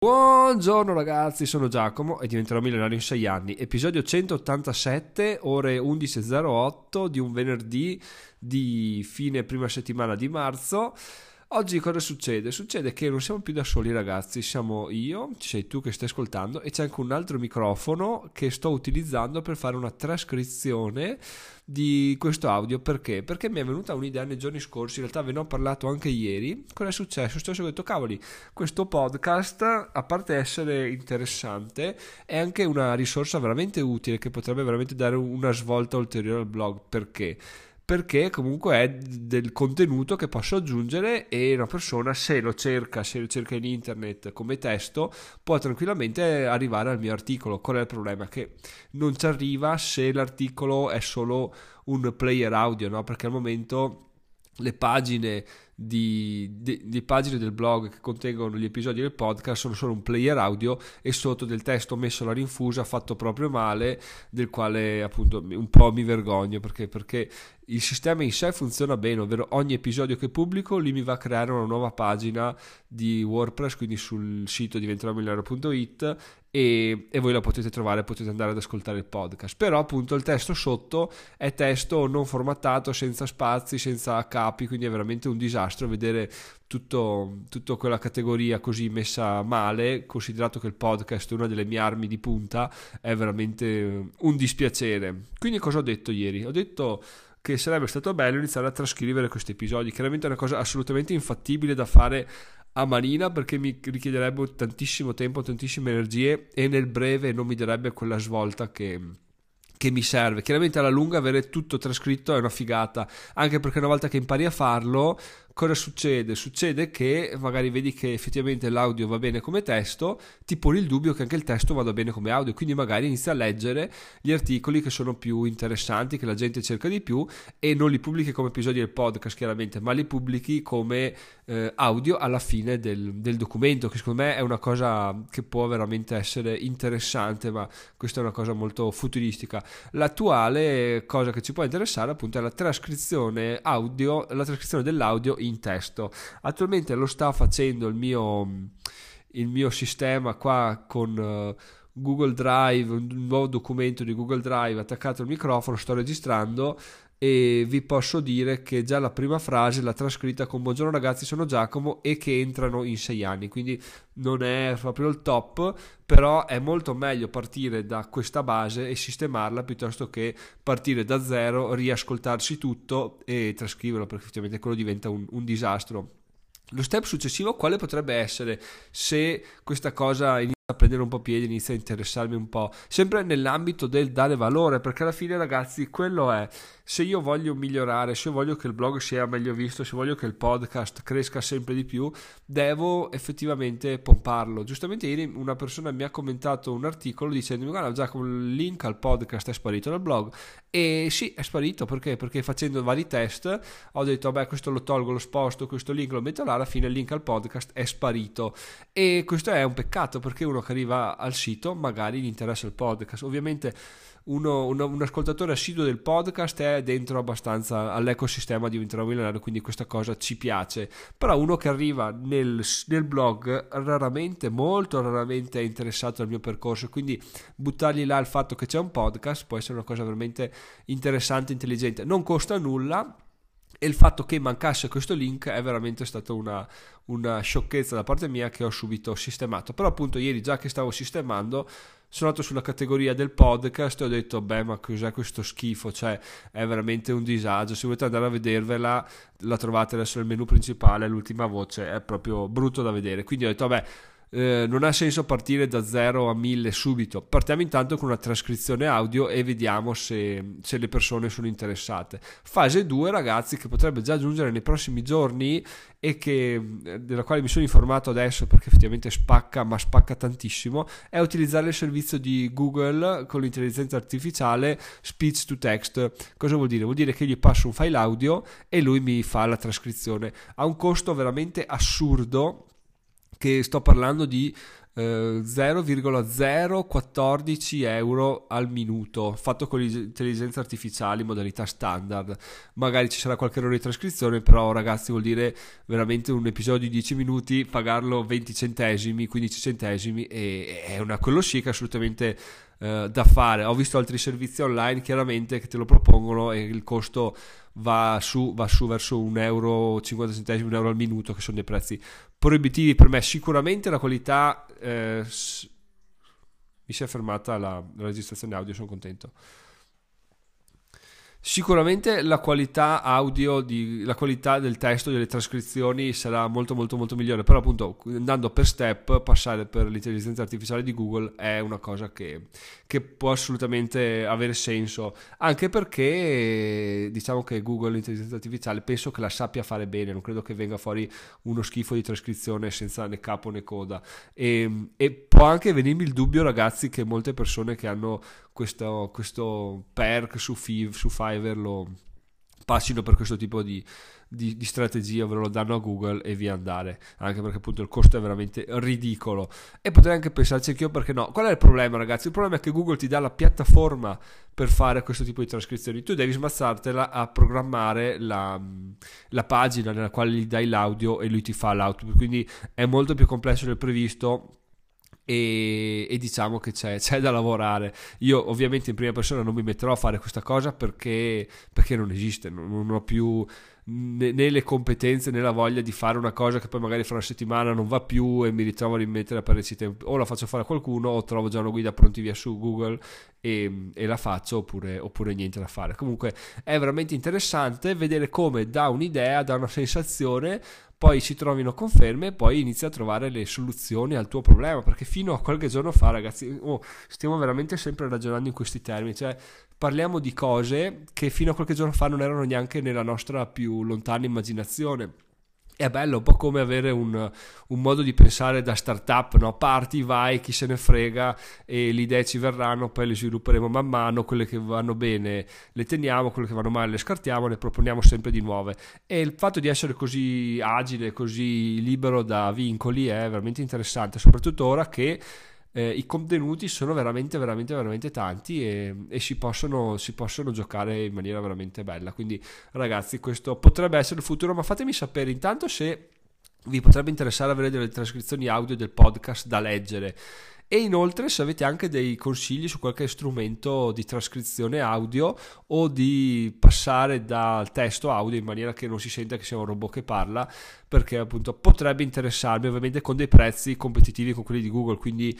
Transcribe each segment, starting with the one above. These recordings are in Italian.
Buongiorno ragazzi, sono Giacomo e diventerò milionario in 6 anni. Episodio 187, ore 11.08 di un venerdì di fine prima settimana di marzo. Oggi cosa succede? Succede che non siamo più da soli ragazzi, siamo io, ci sei tu che stai ascoltando e c'è anche un altro microfono che sto utilizzando per fare una trascrizione di questo audio. Perché? Perché mi è venuta un'idea nei giorni scorsi, in realtà ve ne ho parlato anche ieri. Cosa è successo? È successo che ho detto cavoli, questo podcast a parte essere interessante è anche una risorsa veramente utile che potrebbe veramente dare una svolta ulteriore al blog. Perché? Perché comunque è del contenuto che posso aggiungere e una persona se lo cerca in internet come testo può tranquillamente arrivare al mio articolo. Qual è il problema? Che non ci arriva se l'articolo è solo un player audio, no? Perché al momento le pagine di pagine del blog che contengono gli episodi del podcast sono solo un player audio e sotto del testo messo alla rinfusa fatto proprio male, del quale appunto un po' mi vergogno perché il sistema in sé funziona bene, ovvero ogni episodio che pubblico lì mi va a creare una nuova pagina di WordPress, quindi sul sito diventeromilionario.it e voi la potete trovare, potete andare ad ascoltare il podcast. Però appunto il testo sotto è testo non formattato, senza spazi, senza capi, quindi è veramente un disastro vedere tutta quella categoria così messa male, considerato che il podcast è una delle mie armi di punta. È veramente un dispiacere. Quindi cosa ho detto ieri? Ho detto che sarebbe stato bello iniziare a trascrivere questi episodi. Chiaramente è una cosa assolutamente infattibile da fare a manina perché mi richiederebbe tantissimo tempo, tantissime energie e nel breve non mi darebbe quella svolta che mi serve. Chiaramente alla lunga avere tutto trascritto è una figata, anche perché una volta che impari a farlo cosa succede? Succede che magari vedi che effettivamente l'audio va bene come testo, ti poni il dubbio che anche il testo vada bene come audio, quindi magari inizi a leggere gli articoli che sono più interessanti, che la gente cerca di più, e non li pubblichi come episodi del podcast chiaramente, ma li pubblichi come audio alla fine del documento, che secondo me è una cosa che può veramente essere interessante, ma questa è una cosa molto futuristica. L'attuale cosa che ci può interessare appunto è la trascrizione audio, la trascrizione dell'audio in testo. Attualmente lo sta facendo il mio sistema qua con Google Drive, un nuovo documento di Google Drive attaccato al microfono. Sto registrando e vi posso dire che già la prima frase l'ha trascritta con buongiorno ragazzi, sono Giacomo e che entrano in 6 anni, quindi non è proprio il top, però è molto meglio partire da questa base e sistemarla piuttosto che partire da zero, riascoltarsi tutto e trascriverlo, perché effettivamente quello diventa un disastro. Lo step successivo quale potrebbe essere se questa cosa inizia a prendere un po' piede, inizia a interessarmi un po', sempre nell'ambito del dare valore, perché alla fine ragazzi quello è, se io voglio migliorare, se io voglio che il blog sia meglio visto, se voglio che il podcast cresca sempre di più, devo effettivamente pomparlo. Giustamente ieri una persona mi ha commentato un articolo dicendomi guarda Giacomo, il link al podcast è sparito dal blog, e sì, è sparito perché facendo vari test ho detto vabbè, questo lo tolgo, lo sposto, questo link lo metto là, alla fine il link al podcast è sparito, e questo è un peccato perché uno che arriva al sito magari gli interessa il podcast. Ovviamente un ascoltatore assiduo del podcast è dentro abbastanza all'ecosistema di Diventerò Milionario, quindi questa cosa ci piace. Però uno che arriva nel blog raramente, molto raramente è interessato al mio percorso, quindi buttargli là il fatto che c'è un podcast può essere una cosa veramente interessante, intelligente, non costa nulla. E il fatto che mancasse questo link è veramente stata una sciocchezza da parte mia, che ho subito sistemato. Però appunto ieri, già che stavo sistemando, sono andato sulla categoria del podcast e ho detto beh, ma cos'è questo schifo, cioè è veramente un disagio. Se volete andare a vedervela la trovate adesso nel menu principale, l'ultima voce, è proprio brutto da vedere. Quindi ho detto vabbè, non ha senso partire da 0 a 1000 subito, partiamo intanto con una trascrizione audio e vediamo se le persone sono interessate. Fase 2 ragazzi, che potrebbe già giungere nei prossimi giorni e della quale mi sono informato adesso perché effettivamente spacca, ma spacca tantissimo, è utilizzare il servizio di Google con l'intelligenza artificiale speech to text. Cosa vuol dire? Vuol dire che gli passo un file audio e lui mi fa la trascrizione. Ha un costo veramente assurdo, che sto parlando di 0,014 euro al minuto, fatto con l'intelligenza artificiale in modalità standard. Magari ci sarà qualche errore di trascrizione, però ragazzi vuol dire veramente un episodio di 10 minuti pagarlo 20 centesimi, 15 centesimi, e è una quello chic assolutamente da fare. Ho visto altri servizi online chiaramente che te lo propongono e il costo va su verso 1 euro 50 centesimi, 1 euro al minuto, che sono dei prezzi proibitivi per me. Sicuramente la qualità mi si è fermata la registrazione audio, sono contento. Sicuramente la qualità audio, la qualità del testo, delle trascrizioni sarà molto molto molto migliore, però appunto andando per step, passare per l'intelligenza artificiale di Google è una cosa che può assolutamente avere senso, anche perché diciamo che Google, l'intelligenza artificiale, penso che la sappia fare bene, non credo che venga fuori uno schifo di trascrizione senza né capo né coda, e può anche venirmi il dubbio, ragazzi, che molte persone che hanno questo perk su Fiverr lo passino per questo tipo di strategia, ovvero lo danno a Google e via andare, anche perché appunto il costo è veramente ridicolo. E potrei anche pensarci anch'io, perché no. Qual è il problema, ragazzi? Il problema è che Google ti dà la piattaforma per fare questo tipo di trascrizioni, tu devi smazzartela a programmare la pagina nella quale gli dai l'audio e lui ti fa l'output, quindi è molto più complesso del previsto. E diciamo che c'è da lavorare. Io ovviamente in prima persona non mi metterò a fare questa cosa perché non esiste, non ho più né le competenze né la voglia di fare una cosa che poi magari fra una settimana non va più e mi ritrovo a rimettere a perderci tempo. O la faccio fare a qualcuno o trovo già una guida pronti via su Google e la faccio, oppure niente da fare. Comunque è veramente interessante vedere come da un'idea, da una sensazione, poi si trovino conferme e poi inizi a trovare le soluzioni al tuo problema, perché fino a qualche giorno fa, ragazzi, stiamo veramente sempre ragionando in questi termini, cioè parliamo di cose che fino a qualche giorno fa non erano neanche nella nostra più lontana immaginazione. È bello, un po' come avere un modo di pensare da startup, no? Parti, vai, chi se ne frega, e le idee ci verranno, poi le svilupperemo man mano, quelle che vanno bene le teniamo, quelle che vanno male le scartiamo, ne proponiamo sempre di nuove. E il fatto di essere così agile, così libero da vincoli è veramente interessante, soprattutto ora che i contenuti sono veramente veramente veramente tanti e si possono giocare in maniera veramente bella. Quindi ragazzi, questo potrebbe essere il futuro, ma fatemi sapere intanto se vi potrebbe interessare avere delle trascrizioni audio del podcast da leggere, e inoltre se avete anche dei consigli su qualche strumento di trascrizione audio o di passare dal testo audio in maniera che non si senta che sia un robot che parla, perché appunto potrebbe interessarmi, ovviamente con dei prezzi competitivi con quelli di Google, quindi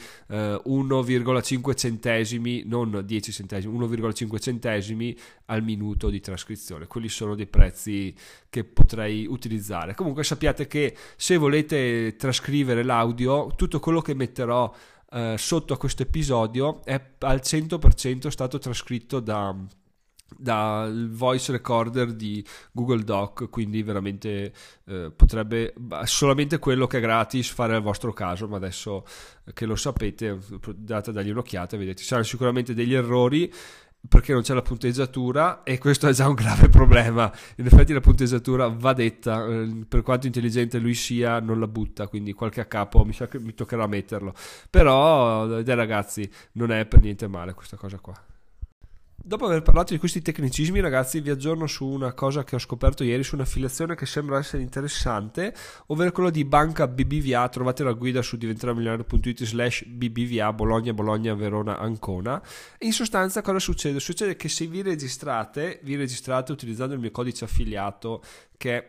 1,5 centesimi, non 10 centesimi, 1,5 centesimi al minuto di trascrizione. Quelli sono dei prezzi che potrei utilizzare. Comunque sappiate che se volete trascrivere l'audio, tutto quello che metterò sotto a questo episodio è al 100% stato trascritto dal voice recorder di Google Doc, quindi veramente potrebbe solamente quello che è gratis fare al vostro caso, ma adesso che lo sapete dagli un'occhiata, vedete, ci saranno sicuramente degli errori perché non c'è la punteggiatura, e questo è già un grave problema. In effetti la punteggiatura va detta, per quanto intelligente lui sia non la butta, quindi qualche a capo mi sa che mi toccherà metterlo, però dai ragazzi, non è per niente male questa cosa qua. Dopo aver parlato di questi tecnicismi, ragazzi, vi aggiorno su una cosa che ho scoperto ieri, su un'affiliazione che sembra essere interessante, ovvero quella di Banca BBVA. Trovate la guida su diventeramilionario.it/BBVA Bologna, Verona, Ancona. In sostanza cosa succede? Succede che se vi registrate utilizzando il mio codice affiliato, che è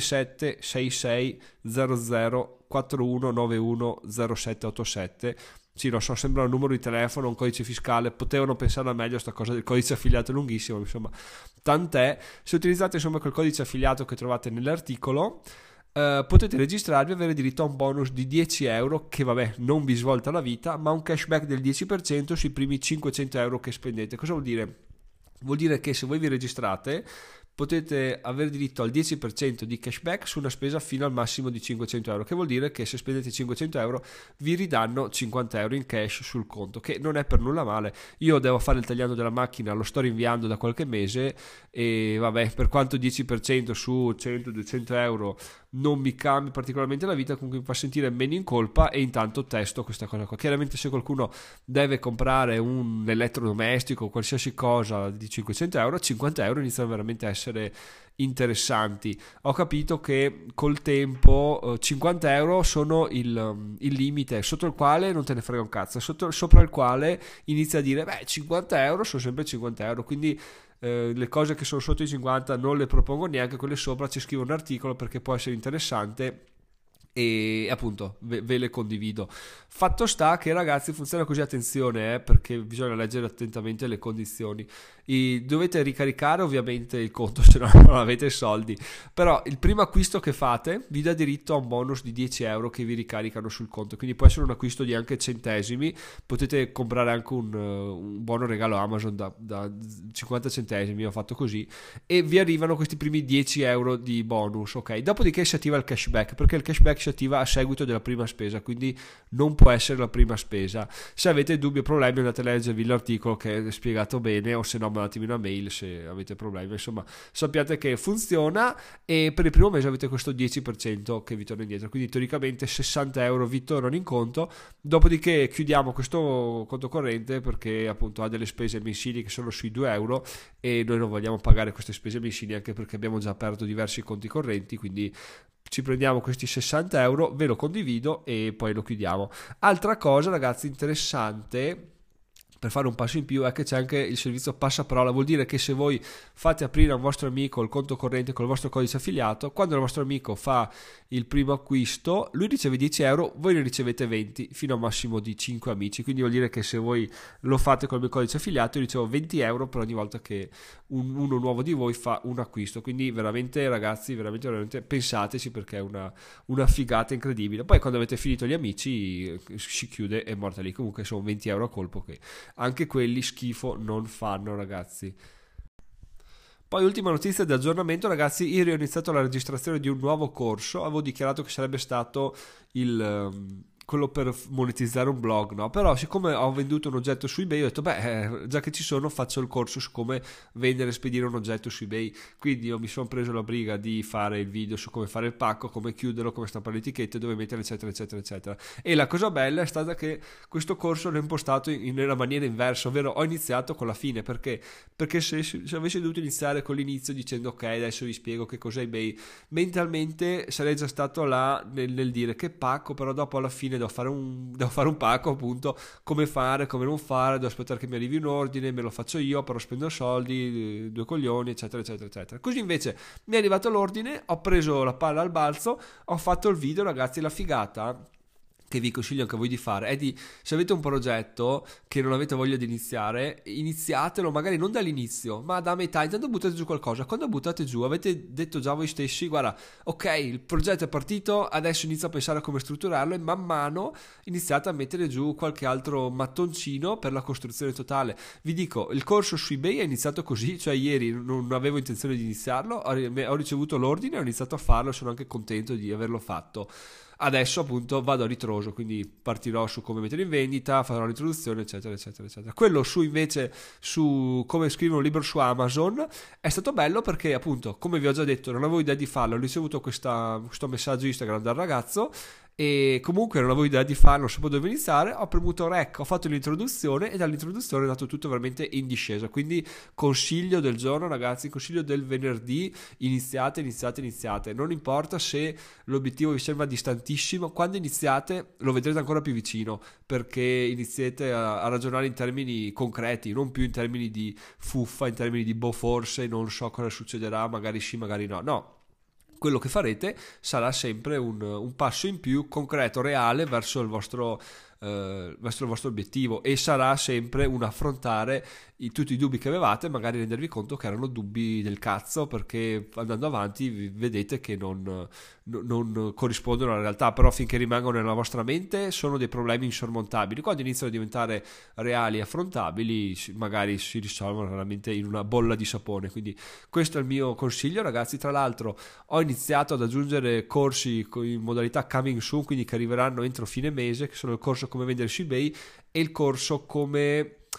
77660041910787. Sì, lo so, sembra un numero di telefono, un codice fiscale, potevano pensarla meglio sta cosa del codice affiliato lunghissimo, insomma, tant'è. Se utilizzate insomma quel codice affiliato che trovate nell'articolo, potete registrarvi e avere diritto a un bonus di 10 euro che vabbè non vi svolta la vita, ma un cashback del 10% sui primi 500 euro che spendete. Cosa vuol dire? Vuol dire che se voi vi registrate potete avere diritto al 10% di cashback su una spesa fino al massimo di 500 euro, che vuol dire che se spendete 500 euro vi ridanno 50 euro in cash sul conto, che non è per nulla male. Io devo fare il tagliando della macchina, lo sto rinviando da qualche mese, e vabbè, per quanto 10% su 100-200 euro non mi cambia particolarmente la vita, comunque mi fa sentire meno in colpa, e intanto testo questa cosa qua. Chiaramente se qualcuno deve comprare un elettrodomestico o qualsiasi cosa di 500 euro, 50 euro iniziano veramente a essere interessanti. Ho capito che col tempo 50 euro sono il limite sotto il quale non te ne frega un cazzo, sopra il quale inizi a dire beh, 50 euro sono sempre 50 euro, quindi le cose che sono sotto i 50 non le propongo neanche, quelle sopra ci scrivo un articolo perché può essere interessante e appunto ve le condivido. Fatto sta che, ragazzi, funziona così, attenzione, perché bisogna leggere attentamente le condizioni. Dovete ricaricare ovviamente il conto, se no non avete soldi, però il primo acquisto che fate vi dà diritto a un bonus di 10 euro che vi ricaricano sul conto, quindi può essere un acquisto di anche centesimi, potete comprare anche un buono regalo Amazon da 50 centesimi, ho fatto così, e vi arrivano questi primi 10 euro di bonus, ok? Dopodiché si attiva il cashback, perché il cashback si attiva a seguito della prima spesa, quindi non può essere la prima spesa. Se avete dubbi o problemi andate a leggervi l'articolo che è spiegato bene, o se no mandatemi una mail se avete problemi. Insomma, sappiate che funziona, e per il primo mese avete questo 10% che vi torna indietro, quindi teoricamente 60 euro vi tornano in conto. Dopodiché chiudiamo questo conto corrente perché appunto ha delle spese mensili che sono sui 2 euro, e noi non vogliamo pagare queste spese mensili, anche perché abbiamo già aperto diversi conti correnti, quindi ci prendiamo questi 60 euro, ve lo condivido e poi lo chiudiamo. Altra cosa, ragazzi, interessante per fare un passo in più è che c'è anche il servizio passaparola. Vuol dire che se voi fate aprire a un vostro amico il conto corrente con il vostro codice affiliato, quando il vostro amico fa il primo acquisto lui riceve 10 euro, voi ne ricevete 20 fino a un massimo di 5 amici, quindi vuol dire che se voi lo fate con il mio codice affiliato io ricevo 20 euro per ogni volta che uno nuovo di voi fa un acquisto. Quindi veramente, ragazzi, veramente pensateci, perché è una figata incredibile. Poi quando avete finito gli amici si chiude e è morta lì. Comunque sono 20 euro a colpo che anche quelli schifo non fanno, ragazzi. Poi ultima notizia di aggiornamento, ragazzi, ieri ho iniziato la registrazione di un nuovo corso. Avevo dichiarato che sarebbe stato quello per monetizzare un blog, no? Però siccome ho venduto un oggetto su eBay ho detto beh, già che ci sono faccio il corso su come vendere e spedire un oggetto su eBay. Quindi io mi sono preso la briga di fare il video su come fare il pacco, come chiuderlo, come stampare le etichette, dove mettere, eccetera eccetera eccetera. E la cosa bella è stata che questo corso l'ho impostato nella maniera inversa, ovvero ho iniziato con la fine. Perché se avessi dovuto iniziare con l'inizio dicendo ok adesso vi spiego che cos'è eBay, mentalmente sarei già stato là nel dire che pacco, però dopo alla fine devo fare un pacco, appunto, come fare, come non fare, devo aspettare che mi arrivi un ordine, me lo faccio io, però spendo soldi, due coglioni, eccetera eccetera eccetera. Così invece mi è arrivato l'ordine, ho preso la palla al balzo, ho fatto il video, ragazzi. La figata che vi consiglio anche a voi di fare è di, se avete un progetto che non avete voglia di iniziare, iniziatelo magari non dall'inizio ma da metà. Intanto buttate giù qualcosa, quando buttate giù avete detto già voi stessi guarda, ok, il progetto è partito, adesso inizio a pensare a come strutturarlo, e man mano iniziate a mettere giù qualche altro mattoncino per la costruzione totale. Vi dico, il corso su eBay è iniziato così, cioè ieri non avevo intenzione di iniziarlo, ho ricevuto l'ordine, ho iniziato a farlo, sono anche contento di averlo fatto. Adesso appunto vado a ritroso, quindi partirò su come mettere in vendita, farò l'introduzione, eccetera eccetera eccetera. Quello su come scrivere un libro su Amazon è stato bello perché appunto, come vi ho già detto, non avevo idea di farlo, ho ricevuto questo messaggio Instagram dal ragazzo e comunque non avevo idea di farlo, non sapevo dove iniziare, ho premuto rec, ho fatto l'introduzione e dall'introduzione è andato tutto veramente in discesa. Quindi consiglio del giorno, ragazzi, consiglio del venerdì: iniziate, non importa se l'obiettivo vi sembra distantissimo, quando iniziate lo vedrete ancora più vicino, perché iniziate a ragionare in termini concreti, non più in termini di fuffa, in termini di forse non so cosa succederà, magari sì magari no. Quello che farete sarà sempre un passo in più concreto, reale verso il vostro obiettivo, e sarà sempre un affrontare tutti i dubbi che avevate, magari rendervi conto che erano dubbi del cazzo, perché andando avanti vedete che non corrispondono alla realtà, però finché rimangono nella vostra mente sono dei problemi insormontabili. Quando iniziano a diventare reali e affrontabili magari si risolvono veramente in una bolla di sapone. Quindi questo è il mio consiglio, ragazzi. Tra l'altro ho iniziato ad aggiungere corsi in modalità coming soon, quindi che arriveranno entro fine mese, che sono il corso come vendere su eBay e il corso come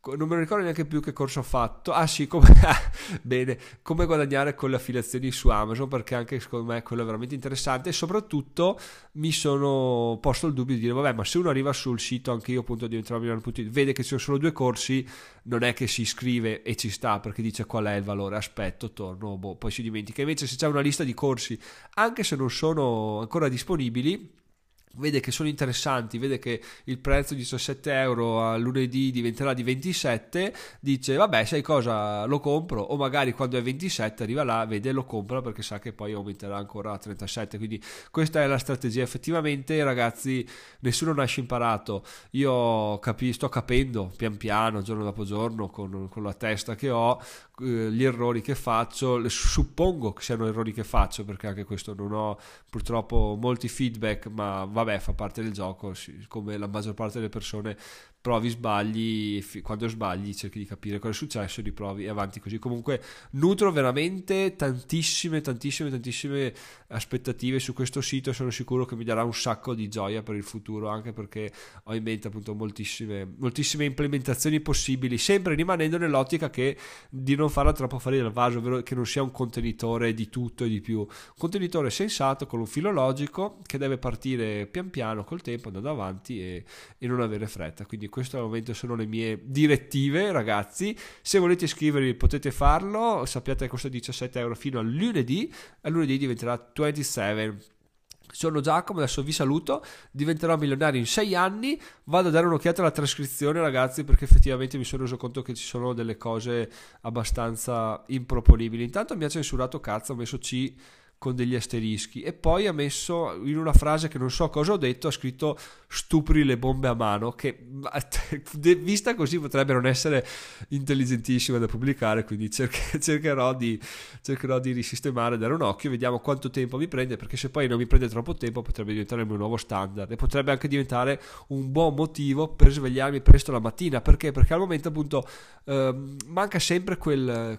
non me lo ricordo neanche più che corso ho fatto. Ah sì, come, bene, come guadagnare con le affiliazioni su Amazon, perché anche secondo me quello è veramente interessante. E soprattutto mi sono posto il dubbio di dire, vabbè, ma se uno arriva sul sito anche io appunto diventeromilionario.it, vede che ci sono solo 2 corsi, non è che si iscrive e ci sta perché dice qual è il valore, aspetto, torno, poi si dimentica. Invece se c'è una lista di corsi, anche se non sono ancora disponibili, vede che sono interessanti, vede che il prezzo di 17 euro a lunedì diventerà di 27, dice vabbè, sai cosa, lo compro, o magari quando è 27 arriva là, vede e lo compra perché sa che poi aumenterà ancora a 37. Quindi questa è la strategia. Effettivamente, ragazzi, nessuno nasce imparato. Io sto capendo pian piano, giorno dopo giorno, con la testa che ho, gli errori che faccio. Suppongo che siano errori che faccio, perché anche questo non ho purtroppo molti feedback, ma vabbè, fa parte del gioco, come la maggior parte delle persone. Provi, sbagli, quando sbagli cerchi di capire cosa è successo, riprovi e avanti così. Comunque nutro veramente tantissime aspettative su questo sito e sono sicuro che mi darà un sacco di gioia per il futuro, anche perché ho in mente appunto moltissime implementazioni possibili, sempre rimanendo nell'ottica che di non farla troppo fuori dal vaso, ovvero che non sia un contenitore di tutto e di più, un contenitore sensato con un filo logico che deve partire pian piano col tempo, andando avanti e non avere fretta. Quindi questo al momento sono le mie direttive, ragazzi. Se volete iscrivervi potete farlo, sappiate che costa 17 euro fino a lunedì diventerà 27. Sono Giacomo, adesso vi saluto, diventerò milionario in 6 anni, vado a dare un'occhiata alla trascrizione, ragazzi, perché effettivamente mi sono reso conto che ci sono delle cose abbastanza improponibili. Intanto mi ha censurato, cazzo, ha messo C con degli asterischi e poi ha messo in una frase che non so cosa ho detto, ha scritto stupri le bombe a mano, che vista così potrebbe non essere intelligentissima da pubblicare, quindi cercherò di risistemare, dare un occhio, vediamo quanto tempo mi prende, perché se poi non mi prende troppo tempo potrebbe diventare il mio nuovo standard e potrebbe anche diventare un buon motivo per svegliarmi presto la mattina. Perché al momento appunto manca sempre quel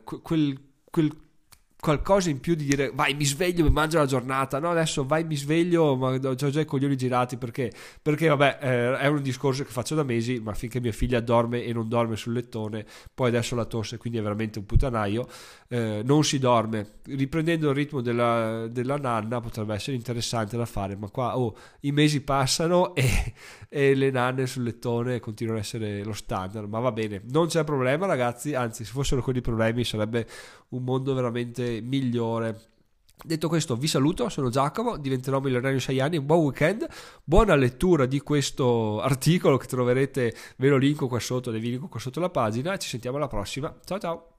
qualcosa in più di dire vai mi sveglio, mi mangio la giornata. No, adesso vai mi sveglio ma ho già i coglioni girati, perché vabbè, è un discorso che faccio da mesi, ma finché mia figlia dorme e non dorme sul lettone, poi adesso la tosse, quindi è veramente un putanaio, non si dorme. Riprendendo il ritmo della nanna potrebbe essere interessante da fare, ma qua i mesi passano e le nanne sul lettone continuano a essere lo standard. Ma va bene, non c'è problema, ragazzi, anzi se fossero quelli problemi sarebbe un mondo veramente migliore. Detto questo vi saluto, sono Giacomo, diventerò milionario in 6 anni, buon weekend, buona lettura di questo articolo che troverete, ve lo linko qua sotto, vi linko qua sotto la pagina e ci sentiamo alla prossima, ciao ciao.